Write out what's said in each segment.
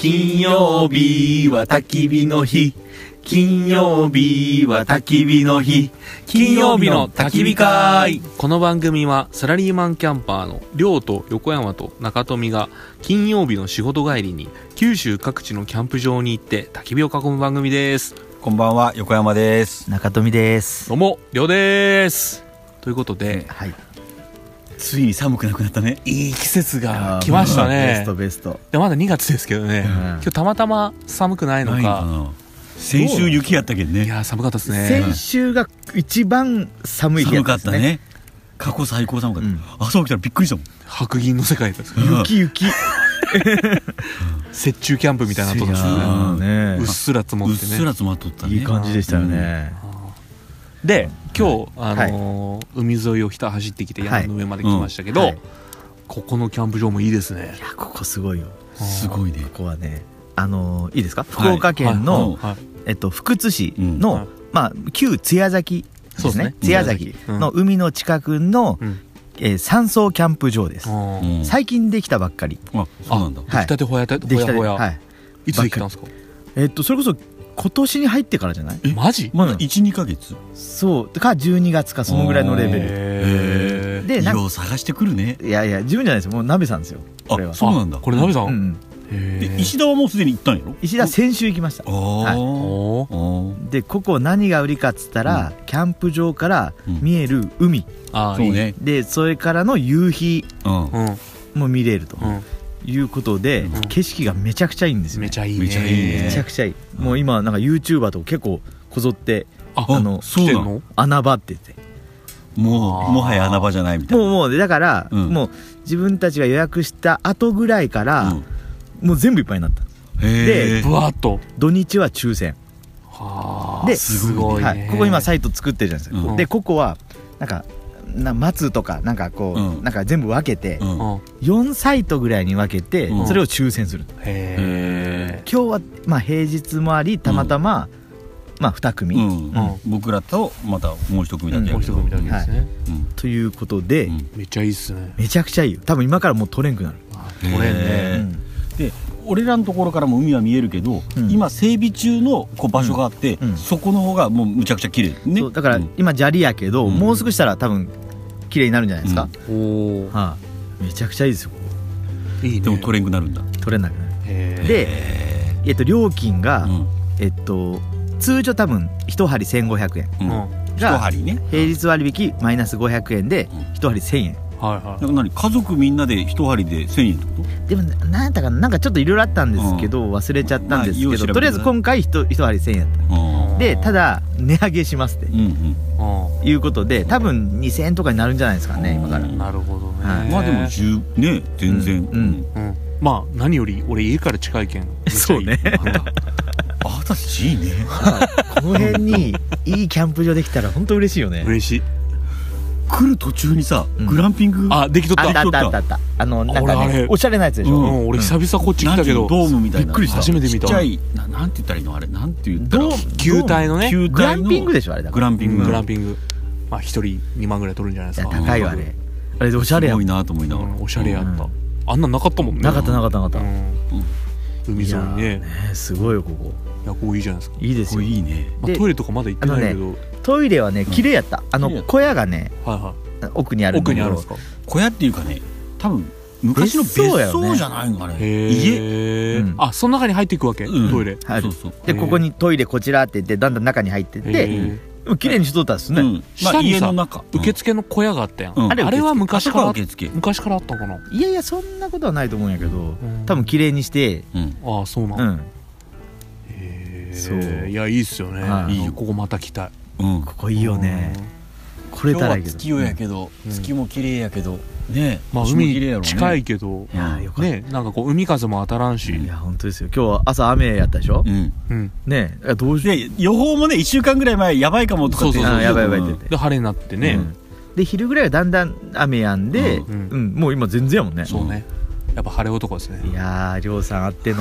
金曜日は焚き火の日。金曜日は焚き火の日。金曜日の焚き火会。 この番組はサラリーマンキャンパーの亮と横山と中富が金曜日の仕事帰りに九州各地のキャンプ場に行って焚き火を囲む番組です。 こんばんは、横山です。 中富です。 どうも、亮です。ということで、 はい、 ついに寒くなくなったね。 いい季節が来ましたね。 ベストベスト。 でまだ2月ですけどね、今日たまたま寒くないのか。 先週雪やったけどね。 いや寒かったですね。 先週が一番寒い日やったですね。 寒かったね。過去最高寒かった。朝起きたらびっくりしたもん。 白銀の世界です。 雪雪。 雪中キャンプみたいなとこですね。うっすら積もってね。 うっすら積もっとったね。 いい感じでしたよね。 で今日海沿いを走ってきて山の上まで来ましたけど、ここのキャンプ場もいいですね。 いやここすごいよ。 すごいね。 ここはね、いいですか？福岡県の福津市の旧津屋崎ですね。津屋崎の海の近くの山荘キャンプ場です。最近できたばっかり。 あ、そうなんだ。 出来たてほやほや。いつできたんですか？ それこそ今年に入ってからじゃない？ マジ？ まだ 1,2 ヶ月？ そうか12月かそのぐらいのレベルで、よう探してくるね。 いやいや自分じゃないですよ、もう鍋さんですよ。これはそうなんだ。 これ鍋さん。 石田はもうすでに行ったんやろ？ 石田先週行きました。でここ何が売りかっつったら、キャンプ場から見える海、 そうね。 でそれからの夕日も見れるということで、景色がめちゃくちゃいいんですよ。 めちゃいいね。 めちゃくちゃいい。もう今なんか YouTuber とか結構こぞってそうなの？ 穴場って言って、 もはや穴場じゃないみたいな。 もうだからもう自分たちが予約した後ぐらいからもう全部いっぱいになった。でブワーッと土日は抽選ですごいね。 ここ今サイト作ってるじゃないですか。でここはなんか松とかなんかこうなんか全部分けて4サイトぐらいに分けてそれを抽選する。今日は平日もありたまたま2組僕らとまたもう一組だけですね。 ということでめっちゃいいっすね。 めちゃくちゃいいよ。多分今からもう取れんくなる。 取れんね。 で俺らのところからも海は見えるけど、今整備中の場所があって、そこの方がもうむちゃくちゃ綺麗ね。 だから今砂利やけど、もう少ししたら多分綺麗になるんじゃないですか。めちゃくちゃいいですよ。 いいね。 でも取れんくなるんだ。 取れなくなる。で料金が通常多分1針1500円が平日割引マイナス500円で1針1000円。 家族みんなで一針で1000円ってこと？でも何やったかな、なんかちょっといろいろあったんですけど忘れちゃったんですけど、とりあえず今回一針1000円やった。でただ値上げしますっていうことで多分2000円とかになるんじゃないですかね今から。 なるほどね。 まあでもね全然まあ何より俺家から近いけん。 そうね。 私いいね。 この辺にいいキャンプ場できたら本当嬉しいよね。 嬉しい。 来る途中にさグランピングできとった。 あったなんかねおしゃれなやつでしょ。 俺久々こっち来たけどドームみたいな、 びっくりした。初めて見た。 ちっちゃいなんて言ったらいいのあれ、なんて言ったら球体のね。 グランピングでしょあれ。だグランピング。 まあ一人2万ぐらい取るんじゃないですか。 高いよあれ。あれでおしゃれや。 すごいなと思いながら。 おしゃれやった。あんなんなかったもんね。 なかった。 海沿いにね。 すごいよここ。 いやここいいじゃないですか。 いいですよ。 いいね。 トイレとかまだ行ってないけど。 トイレはね綺麗やった。小屋がね奥にある。 奥にあるんですか。 小屋っていうかね、多分昔の別荘じゃないのかね。 家。その中に入っていくわけ。トイレ。 でここにトイレこちらって言ってだんだん中に入ってって綺麗にしとったっすね。 下にさ受付の小屋があったやん。あれは昔からあったかな。 いやいやそんなことはないと思うんやけど多分綺麗にして。 そうなん。いやいいっすよね。ここまた来たい。 ここいいよね。これたらいいけど。 月夜やけど月も綺麗やけどね。 まあ海近いけどね、なんかこう海風も当たらんし。 いや本当ですよ。今日は朝雨やったでしょ。ねどうして予報もね1週間ぐらい前やばいかもとかって。 やばいって言って。 で晴れになってね。 で昼ぐらいはだんだん雨やんでもう今全然やもんね。 そうね。やっぱ晴れ男ですね。 いや亮さんあっての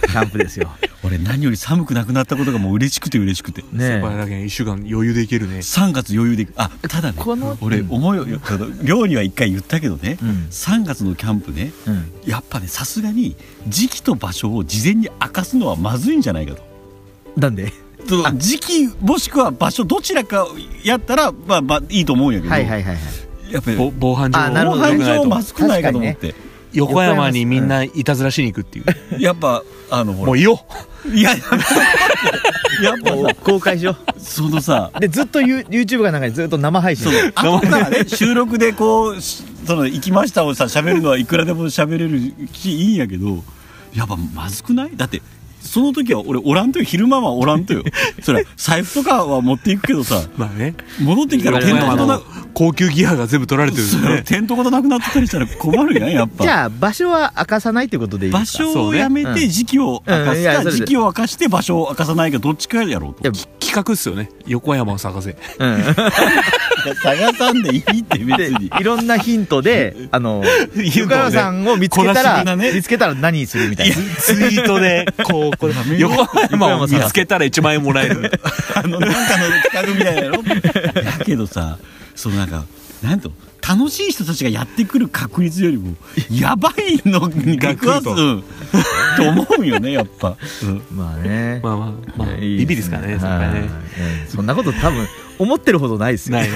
キャンプですよ。 俺何より寒くなくなったことがもう嬉しくてね先輩だけ1週間余裕でいけるね。 3月余裕でただね俺思うよ寮には1回言ったけどね、3月のキャンプね、やっぱねさすがに時期と場所を事前に明かすのはまずいんじゃないかと。 なんで時期もしくは場所どちらかやったらまあいいと思うんやけど、やっぱり防犯上まずくないかと思って、 横山にみんないたずらしに行くっていう。 やっぱもういいよ。 いややっぱ公開しよう。 そのさでずっと YouTube がなんかずっと生配信。 後からね収録でこう行きましたをさ喋るのはいくらでも喋れるしいいんやけど、やっぱまずくない？だってその時は俺おらんとよ、昼間はおらんとよ。それ財布とかは持っていくけどさ、 まあね、 戻ってきたらテントごとな高級ギアが全部取られてるんでね。 テントごとなくなってたりしたら困るやんやっぱ。 じゃあ場所は明かさないってことでいいですか？ 場所をやめて時期を明かすか、時期を明かして場所を明かさないかどっちかやろうと。 企画っすよね。横山を探せ。 探さんでいいって別に。 いろんなヒントで横山さんを見つけたら何するみたいな。 ツイートでこう横山を見つけたら1万円もらえる。 なんかの企画みたいなの。だけどさ、そのなんと楽しい人たちがやってくる確率よりもやばいのに出くわすと思うよねやっぱ。 まあね、 まあビビですからね。 そんなこと多分思ってるほどないですよ。ない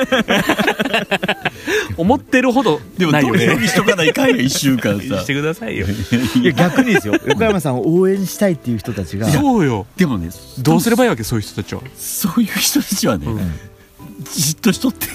思ってるほどないよね。 でもドキドキしとかないかんよ1週間さ。 してくださいよ。 いや逆にですよ、横山さんを応援したいっていう人たちが。 そうよ。 でもね、 どうすればいいわけそういう人たちは。 そういう人たちはね、じっとしとって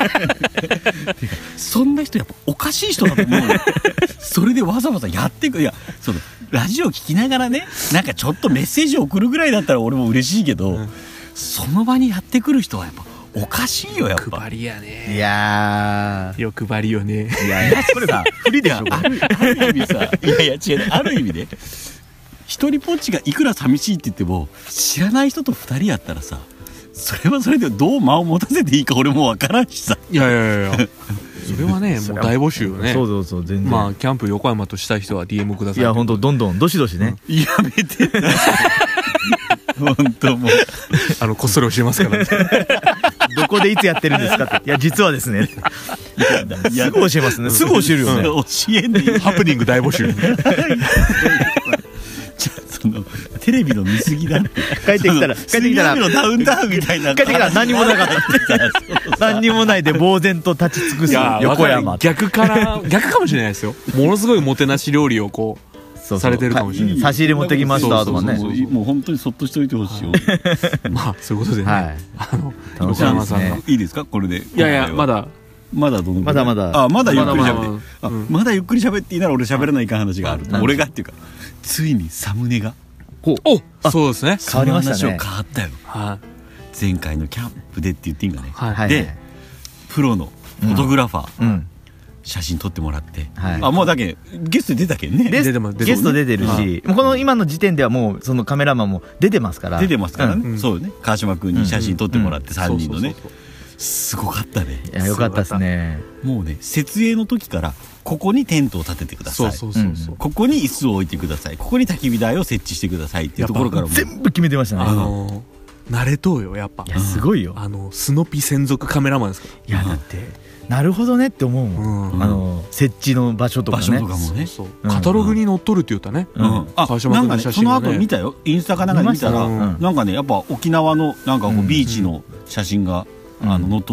そんな人やっぱおかしい人だと思うよ。それでわざわざやっていく。いやそのラジオ聞きながらね、なんかちょっとメッセージ送るぐらいだったら俺も嬉しいけど、その場にやってくる人はやっぱおかしいよやっぱ。 欲張りやね。 いやー欲張りよね。 いやそれさ不利でしょ。 ある意味さ、いや違う、ある意味ね、一人ぽっちがいくら寂しいって言っても知らない人と二人やったらさ、それはそれでどう間を持たせていいか俺もわからんしさ。 いやそれはねもう大募集よね。 そう全然。 まあキャンプ横山としたい人は DM ください。 いや本当どんどんどしどしね。 やめて本当もうこっそり教えますからね。 どこでいつやってるんですかって。いや実はですね、すぐ教えますね。すぐ教えるよね。 教えんでハプニング大募集。 そのテレビの見過ぎだって。 帰ってきたら水曜日のダウンタウンみたいな。 帰ってきたら何もなかった。何にもないで呆然と立ち尽くす横山。 逆かもしれないですよ。ものすごいもてなし料理をこうされてるかもしれない。 差し入れ持ってきましたとかね。 もう本当にそっとしといてほしいよ。 まあそういうことでね、 横山さんがいいですかこれで。 いやまだどのまだまだゆっくり喋って、まだゆっくり喋っていいなら俺喋らないかん話がある。俺がっていうかついにサムネがそうですね、 変わりましたね。 変わったよ。前回のキャンプでって言っていいんかね。でプロのフォトグラファー写真撮ってもらって、もうだけゲストで出たけんね。 ゲスト出てるし、この今の時点ではもうそのカメラマンも出てますからね。そうよね。川島君に写真撮ってもらって3人のね、すごかったね。 いやよかったですね。 もうね設営の時からここにテントを立ててください、ここに椅子を置いてください、ここに焚き火台を設置してくださいっていうところからも全部決めてましたね。 慣れとうよやっぱ。 いやすごいよ。 スノピ専属カメラマンですから。 いやだってなるほどねって思うもん。設置の場所とかね。 カタログに載っとるって言ったね。川島君の写真がね。 その後見たよ、インスタかなんかで見たら、なんかねやっぱ沖縄のなんかこうビーチの写真が載っとった。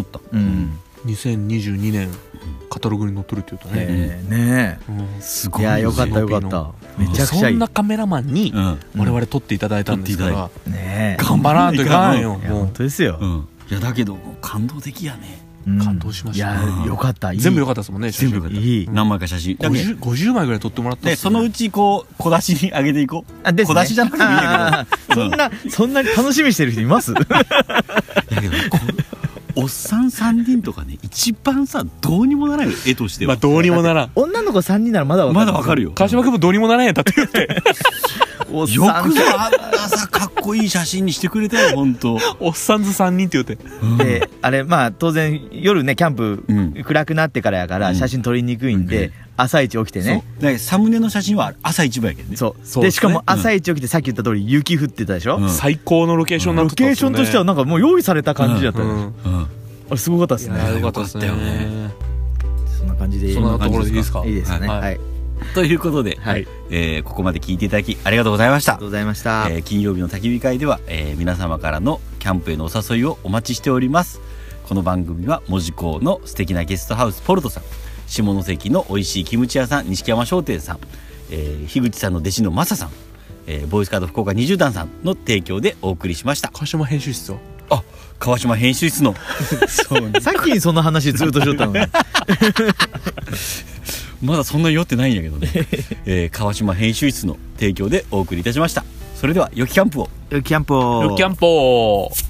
2022年カタログに載っとるって言ったね。 ねえすごい。いやよかったよかった。めちゃくちゃいい。 そんなカメラマンに我々撮っていただいたんですからね、 頑張らんといかんよ。 本当ですよ。 いやだけど感動的やね。 感動しました。 いやよかった。 全部よかったですもんね。 全部よかった。何枚か写真 50枚ぐらい撮ってもらった。 そのうちこう小出しに上げていこう。小出しじゃなくてもいいんだけど、そんなに楽しみにしてる人います？だけどおっさん3人とかね一番さどうにもならんよ絵としては。 どうにもならん。 女の子3人ならまだわかるよ。 川島君もどうにもならんやったって言って。 おっよさんくぞあんなさかっこいい写真にしてくれたよ本当。 おっさんず3人って言うて、 であれまあ当然夜ねキャンプ、暗くなってからやから写真撮りにくいんで、朝一起きてね。 だからサムネの写真は朝一番やけどね。 そうでしかも朝一起きてさっき言った通り雪降ってたでしょ、 最高のロケーションになってたロケーションとしてはなんかもう用意された感じだったね、あれすごかったですね。 よかったですね。 そんな感じでそんなところでいいですか。 いいですね。はい。 ということで、ここまで聞いていただきありがとうございました。 ありがとうございました。 金曜日の焚き火会では、皆様からのキャンプへのお誘いをお待ちしております。この番組は門司港の素敵なゲストハウスポルトさん、下関の美味しいキムチ屋さん錦山商店さん、樋口さんの弟子のマサさん、ボーイスカード福岡20段さんの提供でお送りしました。 川島編集室は川島編集室のそう、ね、さっきその話ずっとしとったのにまだそんな酔ってないんやけどね、川島編集室の提供でお送りいたしました。それでは良きキャンプを。 良きキャンプを。 良きキャンプを。